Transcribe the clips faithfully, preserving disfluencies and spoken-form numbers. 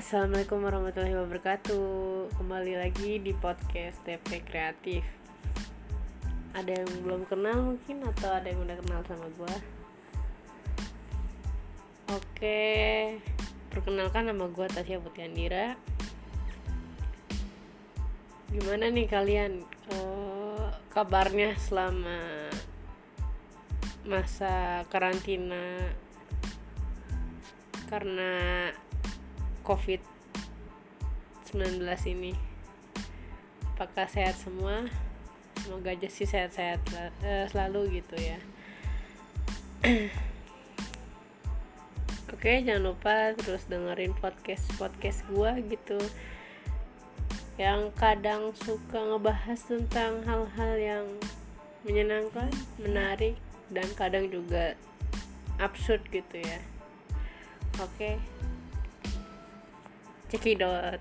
Assalamualaikum warahmatullahi wabarakatuh. Kembali lagi di podcast T P Kreatif. Ada yang belum kenal mungkin, atau ada yang udah kenal sama gue? Oke, perkenalkan, nama gue Tasya Putiandira. Gimana nih kalian uh, kabarnya selama masa karantina karena covid sembilan belas ini? Apakah sehat semua? Semoga aja sih sehat-sehat uh, selalu gitu ya. Oke, jangan lupa terus dengerin podcast-podcast gua gitu, yang kadang suka ngebahas tentang hal-hal yang menyenangkan, menarik, dan kadang juga absurd gitu ya. Oke, cekidot.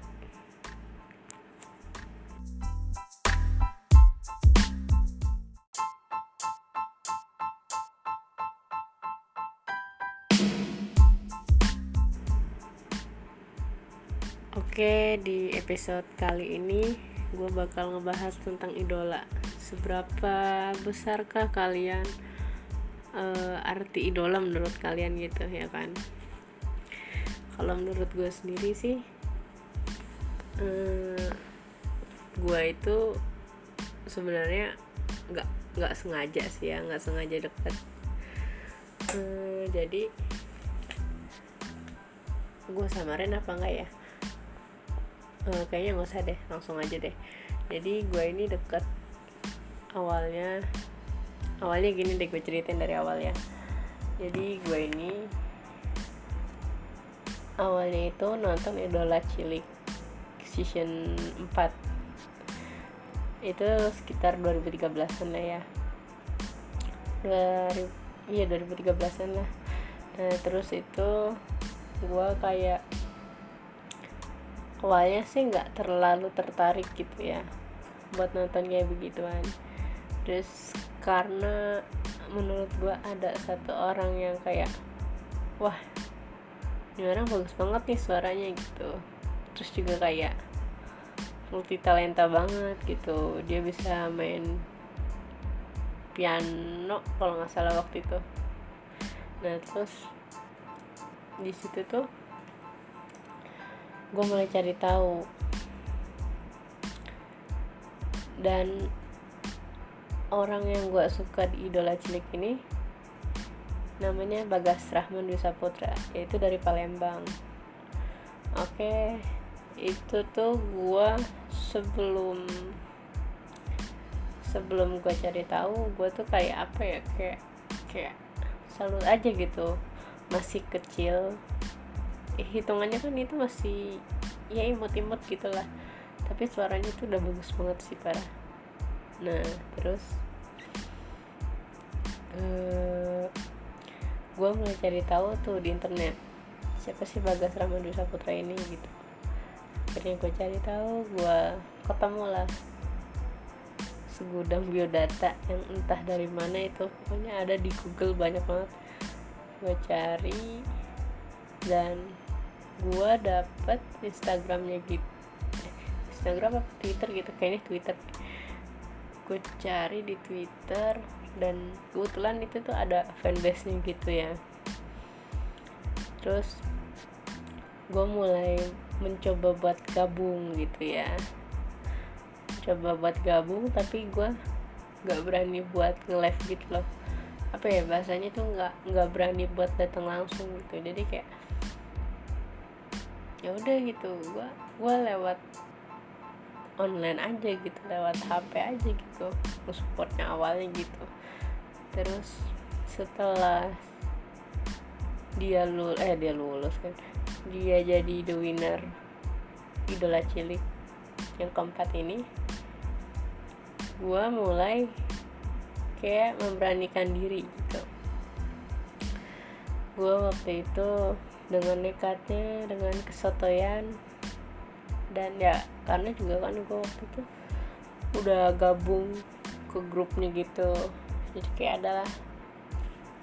Oke, di episode kali ini gue bakal ngebahas tentang idola. Seberapa besarkah kalian uh, arti idola menurut kalian gitu ya kan? Kalau menurut gue sendiri sih, uh, gue itu sebenarnya nggak nggak sengaja sih ya, nggak sengaja deket. Uh, jadi gue samarin apa enggak ya? Uh, kayaknya nggak usah deh, langsung aja deh. Jadi gue ini deket awalnya awalnya gini deh, gue ceritain dari awal ya. Jadi gue ini awalnya itu nonton Idola Cilik season empat, itu sekitar dua ribu tiga belasan lah ya, dua ribu, iya dua ribu tiga belasan lah. Nah terus itu gue kayak awalnya sih nggak terlalu tertarik gitu ya buat nonton kayak begituan. Terus karena menurut gue ada satu orang yang kayak, wah ini orang bagus banget nih suaranya gitu, terus juga kayak multi talenta banget gitu, dia bisa main piano kalau nggak salah waktu itu. Nah terus di situ tuh gue mulai cari tahu, dan orang yang gue suka di Idola Cilik ini namanya Bagas Rahman Dwi Saputra, yaitu dari Palembang. Oke, itu tuh gue sebelum sebelum gue cari tahu, gue tuh kayak apa ya, kayak kayak salut aja gitu, masih kecil. Eh, hitungannya kan itu masih ya imut-imut gitulah, tapi suaranya tuh udah bagus banget sih, parah. Nah terus uh, gue mulai cari tahu tuh di internet, siapa sih Bagas Rahman Dwi Saputra ini gitu. Akhirnya gue cari tahu, gue ketemu lah segudang biodata yang entah dari mana itu, pokoknya ada di Google banyak banget. Gue cari dan gue dapet Instagramnya gitu, Instagram apa Twitter gitu, kayaknya Twitter. Gue cari di Twitter dan kebetulan itu tuh ada fanbase-nya gitu ya. Terus gue mulai mencoba buat gabung gitu ya, coba buat gabung, tapi gue nggak berani buat nge-live gitu loh, apa ya bahasanya tuh nggak nggak berani buat datang langsung gitu. Jadi kayak ya udah gitu, gue gue lewat online aja gitu, lewat H P aja gitu, supportnya awalnya gitu. Terus setelah dia lulus eh dia lulus kan, dia jadi the winner Idola Cilik yang keempat ini, gue mulai kayak memberanikan diri gitu. Gue waktu itu dengan nekatnya, dengan kesotoyan, dan ya karena juga kan gue waktu itu udah gabung ke grupnya gitu, jadi kayak adalah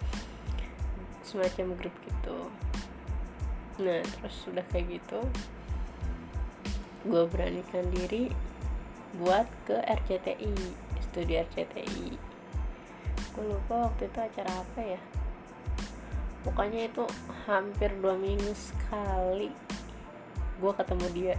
semacam grup gitu. Nah terus udah kayak gitu, gue beranikan diri buat ke R C T I, studi R C T I. Gue lupa waktu itu acara apa ya, pokoknya itu hampir dua minggu sekali gue ketemu dia.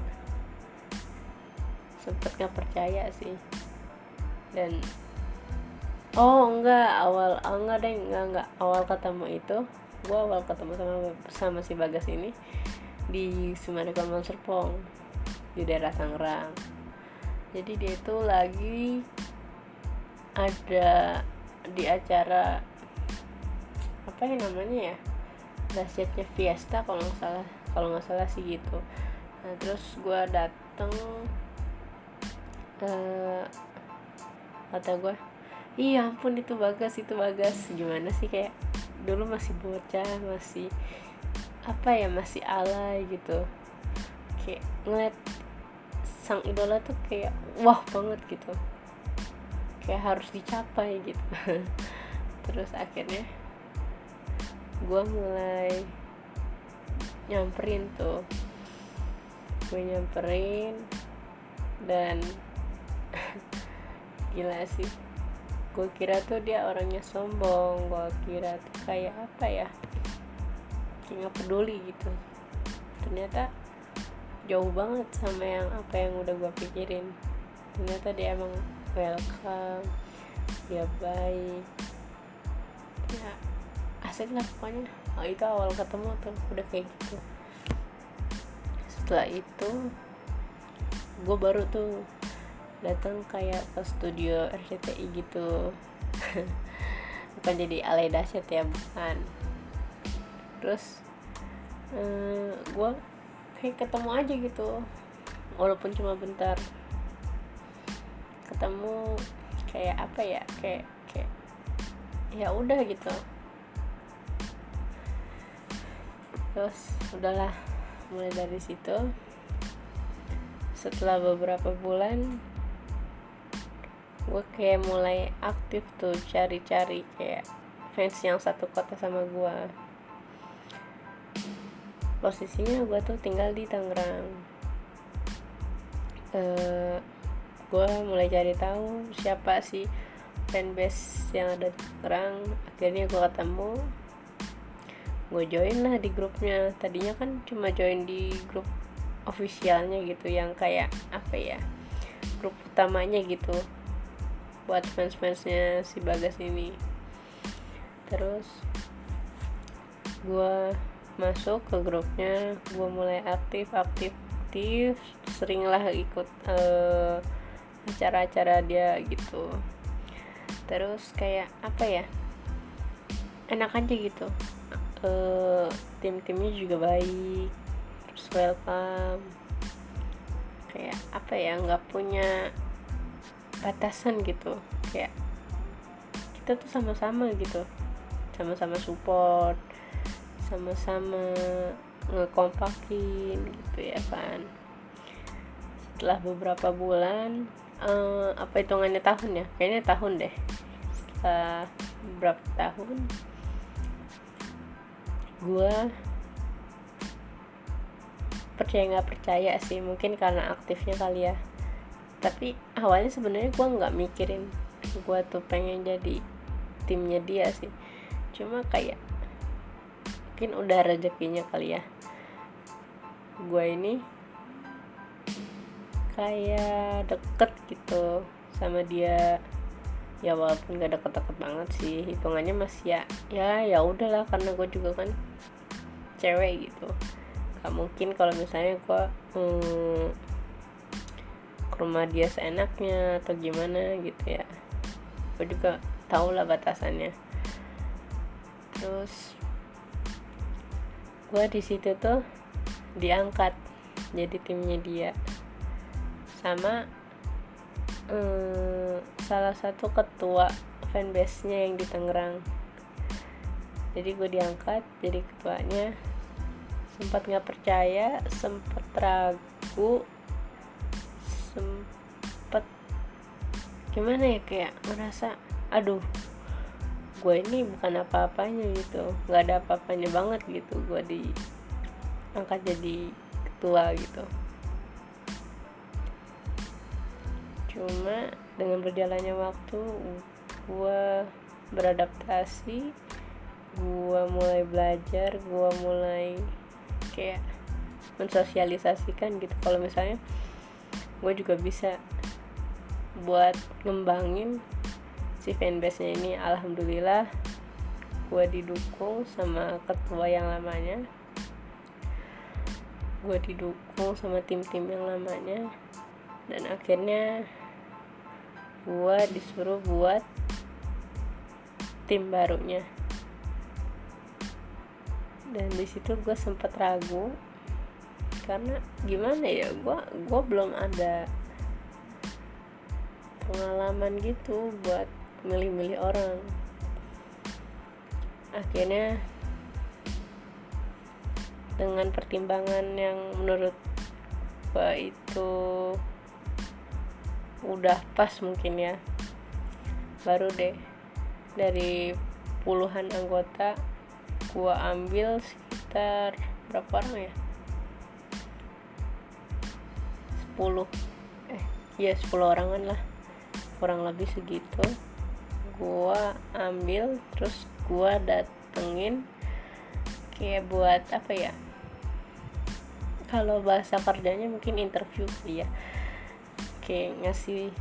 Sempet gak percaya sih. Dan oh enggak awal oh, enggak deh enggak enggak awal ketemu itu gue awal ketemu sama sama si Bagas ini di Summarecon Serpong di daerah Tangerang. Jadi dia itu lagi ada di acara apa ya namanya ya, dahsyatnya Fiesta kalau nggak salah kalau nggak salah sih gitu. Nah terus gue dateng, uh, kata gue, iya ampun itu Bagas itu Bagas gimana sih, kayak dulu masih bocah, masih apa ya, masih alay gitu, kayak ngeliat sang idola tuh kayak wah banget gitu, kayak harus dicapai gitu. Terus akhirnya gue mulai nyamperin tuh gue nyamperin dan gila sih, gue kira tuh dia orangnya sombong, gue kira tuh kayak apa ya, kayak nggak peduli gitu. Ternyata jauh banget sama yang apa yang udah gue pikirin. Ternyata dia emang welcome, dia baik ya, asik lah pokoknya. Oh, itu awal ketemu tuh udah kayak gitu. Setelah itu gue baru tuh datang kayak ke studio R C T I gitu. Bukan jadi alay dahsyat ya, bukan. Terus eh, gue kayak ketemu aja gitu, walaupun cuma bentar. Ketemu kayak apa ya, kayak kayak ya udah gitu. Terus udahlah, mulai dari situ. Setelah beberapa bulan gue kayak mulai aktif tuh cari-cari kayak fans yang satu kota sama gue. Posisinya gue tuh tinggal di Tangerang. uh, gue mulai cari tahu siapa sih fanbase yang ada di Tangerang. Akhirnya gue ketemu, gue join lah di grupnya. Tadinya kan cuma join di grup officialnya gitu, yang kayak apa ya, grup utamanya gitu buat fans-fansnya si Bagas ini. Terus gue masuk ke grupnya, gue mulai aktif aktif aktif sering lah ikut uh, acara-acara dia gitu. Terus kayak apa ya, enak aja gitu, uh, tim-timnya juga baik, terus welcome, kayak apa ya, nggak punya batasan gitu, kayak kita tuh sama-sama gitu, sama-sama support, sama-sama ngekompakin gitu ya kan. Setelah beberapa bulan, uh, apa hitungannya tahun ya, kayaknya tahun deh, setelah beberapa tahun gue percaya nggak percaya sih, mungkin karena aktifnya kali ya, tapi awalnya sebenarnya gue nggak mikirin gue tuh pengen jadi timnya dia sih, cuma kayak mungkin udah rezekinya kali ya. Gue ini kayak deket gitu sama dia ya, walaupun gak deket-deket banget sih, hitungannya masih ya ya ya udahlah, karena gue juga kan cewek gitu. Gak mungkin kalau misalnya gue hmm, ke rumah dia seenaknya atau gimana gitu ya. Gue juga tau lah batasannya. Terus gue di situ tuh diangkat jadi timnya dia sama um, salah satu ketua fanbase-nya yang di Tangerang. Jadi gue diangkat jadi ketuanya. Sempat nggak percaya, sempat ragu, sempat gimana ya, kayak merasa aduh gue ini bukan apa-apanya gitu, nggak ada apa-apanya banget gitu gue diangkat jadi ketua gitu. Cuma dengan berjalannya waktu gue beradaptasi, gue mulai belajar, gue mulai kayak mensosialisasikan gitu kalau misalnya gue juga bisa buat ngembangin si fanbase-nya ini. Alhamdulillah gue didukung sama ketua yang lamanya, gue didukung sama tim-tim yang lamanya, dan akhirnya gue disuruh buat tim barunya. Dan di situ gue sempet ragu karena gimana ya, gue gue belum ada pengalaman gitu buat milih-milih orang. Akhirnya dengan pertimbangan yang menurut gue itu udah pas mungkin ya, baru deh dari puluhan anggota gue ambil sekitar berapa orang ya, sepuluh eh ya sepuluh orangan lah, kurang lebih segitu. Gue ambil, terus gue datengin kayak buat apa ya, kalau bahasa kerjanya mungkin interview ya, kayak ngasih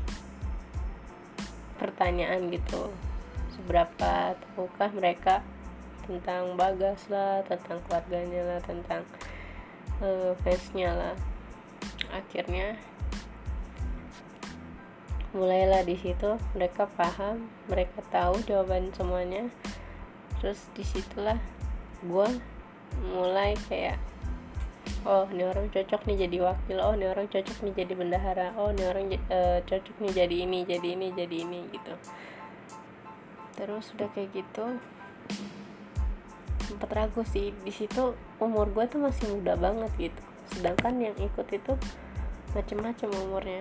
pertanyaan gitu, seberapa tahukah mereka tentang Bagas lah, tentang keluarganya lah, tentang uh, fansnya lah. Akhirnya mulailah di situ mereka paham, mereka tahu jawaban semuanya. Terus disitulah gue mulai kayak, oh ini orang cocok nih jadi wakil, oh ini orang cocok nih jadi bendahara, oh ini orang uh, cocok nih jadi ini, jadi ini, jadi ini gitu. Terus udah kayak gitu sempet ragu sih di situ, umur gue tuh masih muda banget gitu, sedangkan yang ikut itu macem-macem umurnya.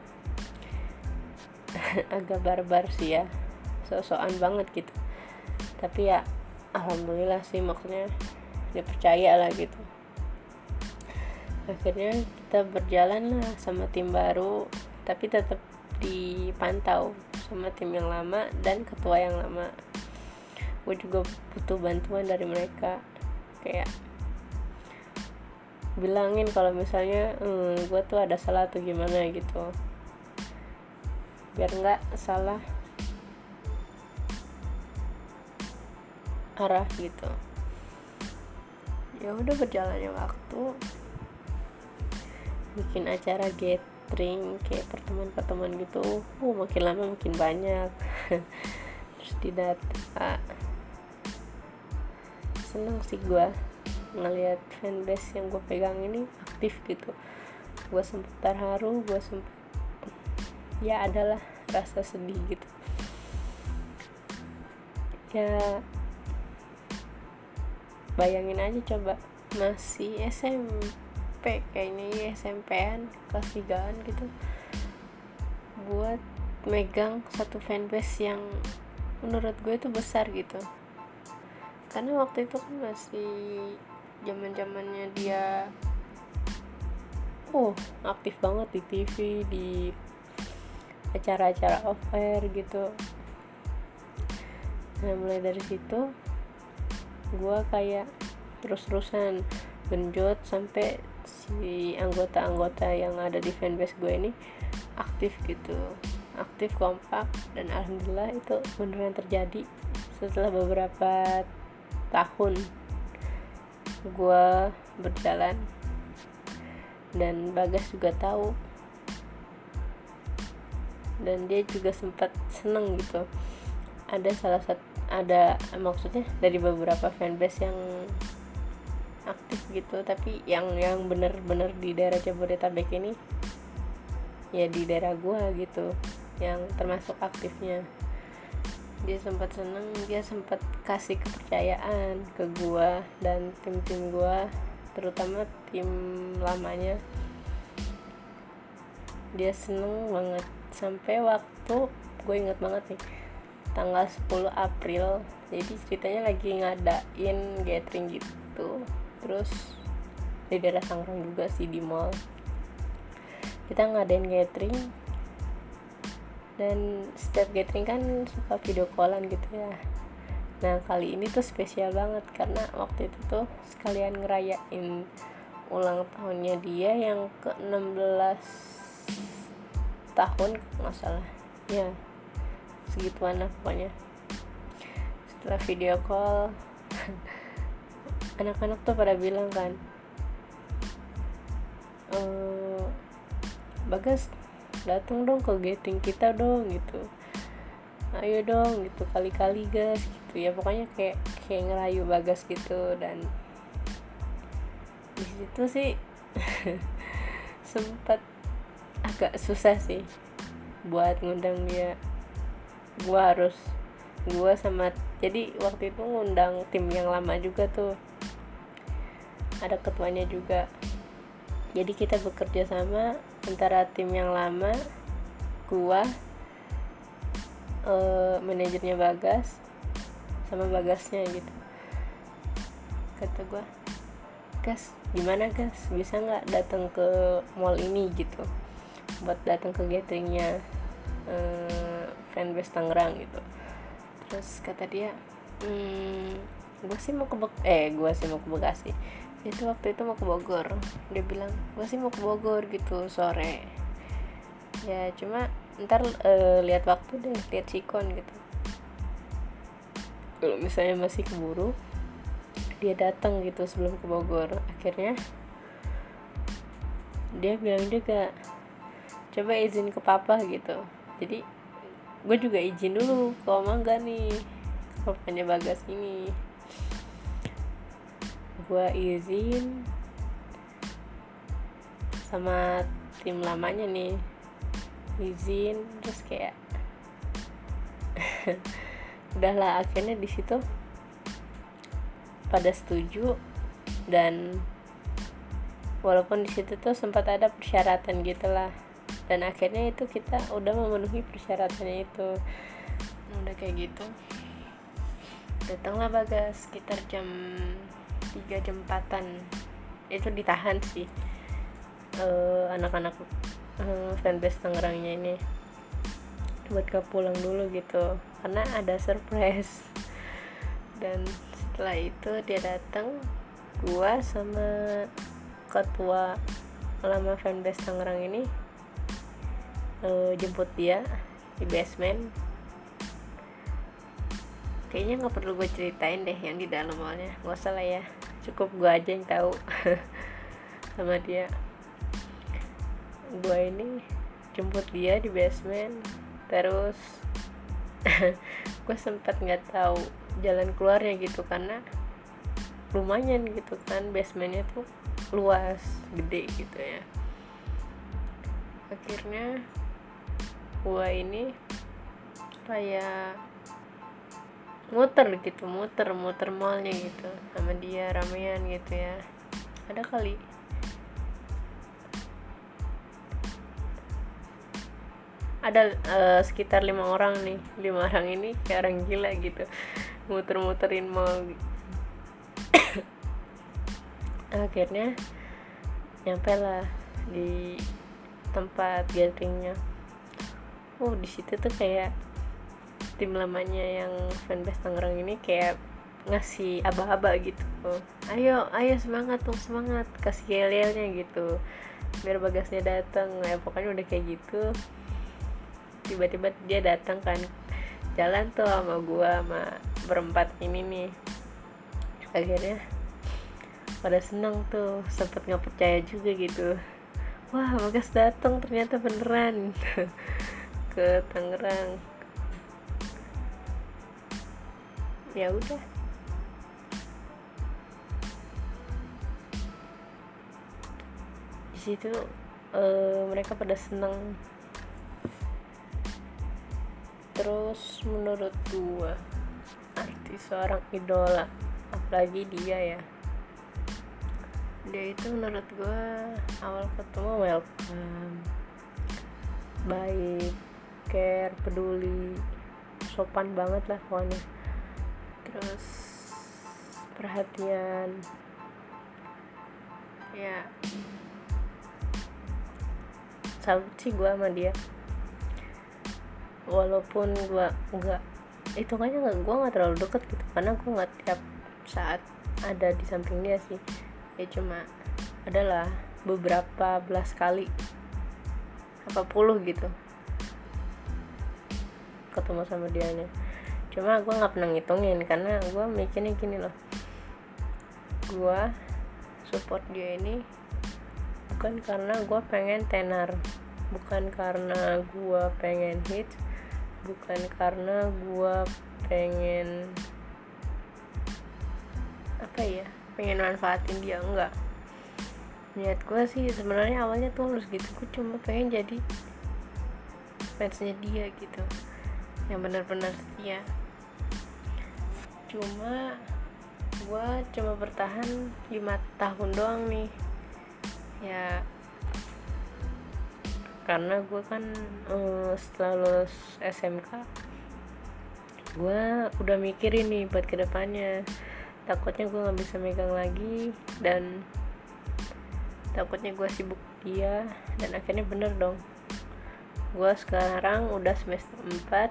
Agak barbar sih ya, so-soan banget gitu, tapi ya alhamdulillah sih, maksudnya dia percaya lah gitu. Akhirnya kita berjalan lah sama tim baru, tapi tetap dipantau sama tim yang lama dan ketua yang lama. Gue juga butuh bantuan dari mereka, kayak bilangin kalau misalnya hmm, gue tuh ada salah tuh gimana gitu, biar nggak salah arah gitu. Ya udah berjalannya waktu, bikin acara gathering kayak pertemuan-pertemuan gitu, oh makin lama makin banyak. Terus didata, seneng sih gue ngelihat fanbase yang gue pegang ini aktif gitu. Gue sempet terharu, gue sempet ya adalah rasa sedih gitu ya. Bayangin aja coba, masih S M P kayaknya ya, S M P-an kelas tigaan gitu, buat megang satu fanbase yang menurut gue itu besar gitu. Karena waktu itu kan masih zaman-zamannya dia oh aktif banget di T V, di acara-acara off-air gitu. Nah mulai dari situ gue kayak terus-terusan genjot sampai si anggota-anggota yang ada di fanbase gue ini aktif gitu, aktif, kompak, dan alhamdulillah itu beneran terjadi. Setelah beberapa tahun gue berjalan, dan Bagas juga tahu, dan dia juga sempat seneng gitu. Ada salah satu, ada maksudnya dari beberapa fanbase yang aktif gitu, tapi yang yang bener-bener di daerah Jabodetabek ini, ya di daerah gua gitu, yang termasuk aktifnya. Dia sempat seneng, dia sempat kasih kepercayaan ke gua dan tim-tim gua, terutama tim lamanya. Dia seneng banget sampai waktu gue inget banget nih, tanggal sepuluh April, jadi ceritanya lagi ngadain gathering gitu, terus di daerah Tangerang juga sih, di mall kita ngadain gathering. dan setiap gathering kan suka video callan gitu ya. Nah kali ini tuh spesial banget karena waktu itu tuh sekalian ngerayain ulang tahunnya dia yang ke enam belas tahun nggak salah ya, segituan lah pokoknya. Setelah video call anak-anak tuh pada bilang kan, e, Bagas datang dong ke gathering kita dong gitu, ayo dong gitu, kali-kali gas gitu ya, pokoknya kayak kayak ngerayu Bagas gitu. Dan di situ sih sempat agak susah sih buat ngundang dia. Gua harus gua sama jadi waktu itu ngundang tim yang lama juga tuh, ada ketuanya juga, jadi kita bekerja sama antara tim yang lama, gua, e, manajernya Bagas sama Bagasnya gitu. Kata gua, Gas gimana Gas, bisa nggak datang ke mall ini gitu buat datang ke gatheringnya e, fanbase Tangerang gitu. Terus kata dia, hmm, gue sih mau ke Be- eh gue sih mau ke Bekasi. Itu waktu itu mau ke Bogor. Dia bilang gue sih mau ke Bogor gitu sore. Ya cuma ntar e, lihat waktu deh, lihat sikon gitu. Kalau misalnya masih keburu, dia datang gitu sebelum ke Bogor. Akhirnya dia bilang juga, coba izin ke papa gitu. Jadi gue juga izin dulu ke Om Angga nih, papanya Bagas ini. Gue izin sama tim lamanya nih, izin terus kayak udahlah, akhirnya di situ pada setuju. Dan walaupun di situ tuh sempat ada persyaratan gitulah, dan akhirnya itu kita udah memenuhi persyaratannya itu. Udah kayak gitu datanglah Bagas sekitar jam tiga jam empatan. Itu ditahan sih uh, anak-anak uh, fanbase Tangerangnya ini buat gak pulang dulu gitu karena ada surprise. Dan setelah itu dia datang, gua sama ketua lama fanbase Tangerang ini uh, jemput dia di basement. Kayaknya nggak perlu gue ceritain deh yang di dalam malnya, nggak usah lah ya, cukup gue aja yang tahu. Sama dia, gue ini jemput dia di basement. Terus gue sempat nggak tahu jalan keluarnya gitu karena lumayan gitu kan, basementnya tuh luas, gede gitu ya. Akhirnya gue ini kayak muter gitu, muter muter mallnya gitu sama dia, ramean gitu ya. Ada kali ada uh, sekitar lima orang nih. Lima orang ini kayak orang gila gitu, muter-muterin mall. Akhirnya nyampe lah di tempat gatheringnya. Oh di situ tuh kayak tim lamanya yang fanbase Tangerang ini kayak ngasih aba-aba gitu, ayo ayo semangat dong, semangat, kasih yel-yelnya gitu biar Bagasnya datang. Ya pokoknya udah kayak gitu. Tiba-tiba dia datang kan, jalan tuh sama gua sama berempat ini nih. Akhirnya pada senang tuh, sempet nggak percaya juga gitu, wah Bagas datang ternyata beneran ke Tangerang. Ya udah, di situ uh, mereka pada seneng. Terus menurut gua artis seorang idola, apalagi dia ya, dia itu menurut gua awal ketemu welcome, baik, care, peduli, sopan banget lah pokoknya. Terus perhatian ya, salut sih gue sama dia. walaupun gue nggak itu kayaknya nggak gue nggak terlalu deket gitu karena gue nggak tiap saat ada di samping dia sih, ya cuma adalah beberapa belas kali apa puluh gitu ketemu sama dianya. Cuma gue nggak pernah ngitungin karena gue mikirnya gini loh, gue support dia ini bukan karena gue pengen tenar, bukan karena gue pengen hit, bukan karena gue pengen apa ya, pengen manfaatin dia, enggak. Niat gue sih sebenarnya awalnya tulus gitu, gue cuma pengen jadi fansnya dia gitu, yang benar-benar setia. Cuma gue cuma bertahan lima tahun doang nih ya, karena gue kan uh, setelah lulus S M K gue udah mikirin nih buat kedepannya, takutnya gue nggak bisa megang lagi dan takutnya gue sibuk dia. Dan akhirnya bener dong, gue sekarang udah semester empat.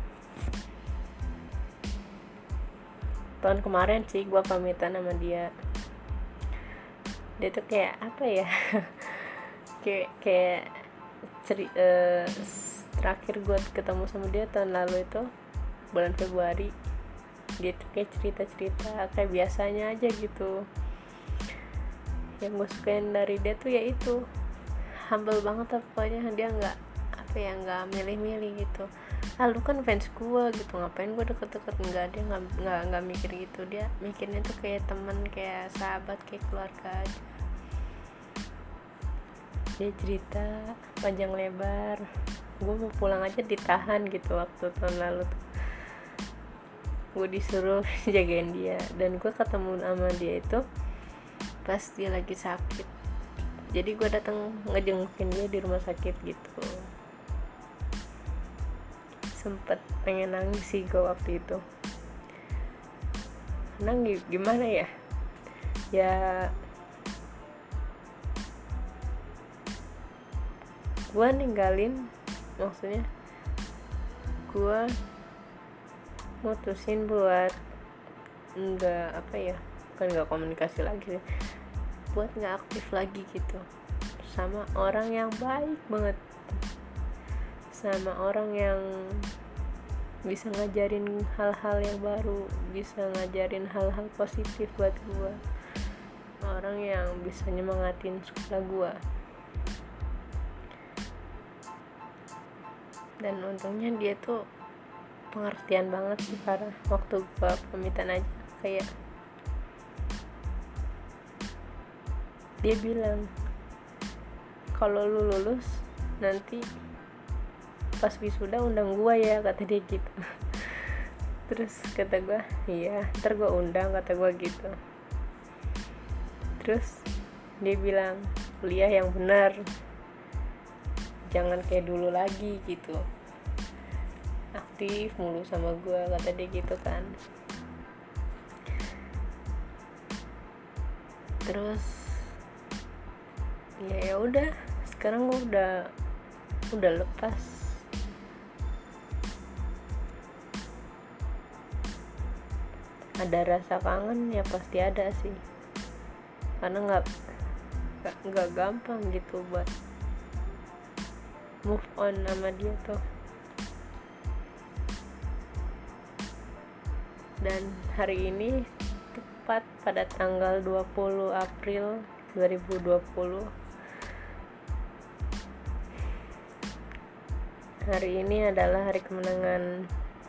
Tahun kemarin sih gue pamitan sama dia. Dia tuh kayak apa ya kayak kayak ceri uh, terakhir gue ketemu sama dia tahun lalu itu bulan Februari. Dia tuh kayak cerita-cerita kayak biasanya aja gitu. Yang gue sukain dari dia tuh yaitu humble banget lah pokoknya. Dia nggak apa ya, nggak milih-milih gitu, ah lu kan fans gue gitu, ngapain gue deket-deket, enggak. Dia nggak nggak nggak mikir gitu, dia mikirnya tuh kayak temen, kayak sahabat, kayak keluarga aja. Dia cerita panjang lebar, gue mau pulang aja ditahan gitu waktu tahun lalu tuh. Gue disuruh jagain dia, dan gue ketemu sama dia itu pas dia lagi sakit. Jadi gue datang ngejengukin dia di rumah sakit gitu. Sempet pengen nangis sih gue waktu itu. Nangis gimana ya? Ya gue ninggalin, maksudnya gue mutusin buat nggak apa ya, bukan nggak komunikasi lagi, buat nggak aktif lagi gitu sama orang yang baik banget, sama orang yang bisa ngajarin hal-hal yang baru, bisa ngajarin hal-hal positif buat gue, orang yang bisa nyemangatin sekolah gue. Dan untungnya dia tuh pengertian banget sih, parah. Waktu gue pamitan aja kayak dia bilang, kalau lu lulus nanti pas wisuda undang gue ya, kata dia gitu. Terus kata gue, iya ntar gue undang, kata gue gitu. Terus dia bilang, kuliah yang benar, jangan kayak dulu lagi gitu, aktif mulu sama gue, kata dia gitu kan. Terus ya ya udah, sekarang gue udah udah lepas. Ada rasa kangen ya pasti ada sih, karena nggak nggak gampang gitu buat move on sama dia tuh. Dan hari ini tepat pada tanggal dua puluh April dua ribu dua puluh, hari ini adalah hari kemenangan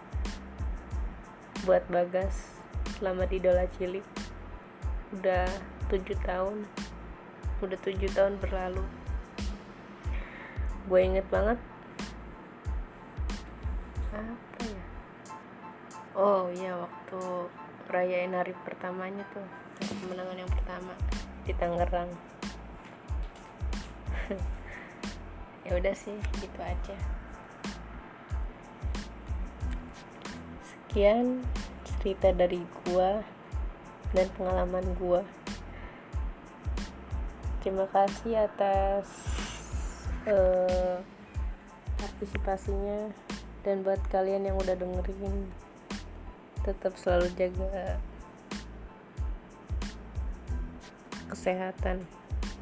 buat Bagas selamat idola cilik. Udah tujuh tahun udah tujuh tahun berlalu. Gue inget banget apa ya, oh iya, waktu rayain hari pertamanya tuh, kemenangan yang pertama di Tangerang. Ya udah sih, gitu aja. Sekian cerita dari gua dan pengalaman gua. Terima kasih atas uh, partisipasinya Dan buat kalian yang udah dengerin, tetap selalu jaga kesehatan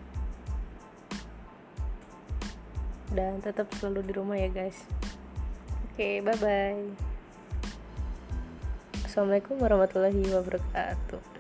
dan tetap selalu di rumah ya guys. Oke, bye bye. Assalamualaikum warahmatullahi wabarakatuh.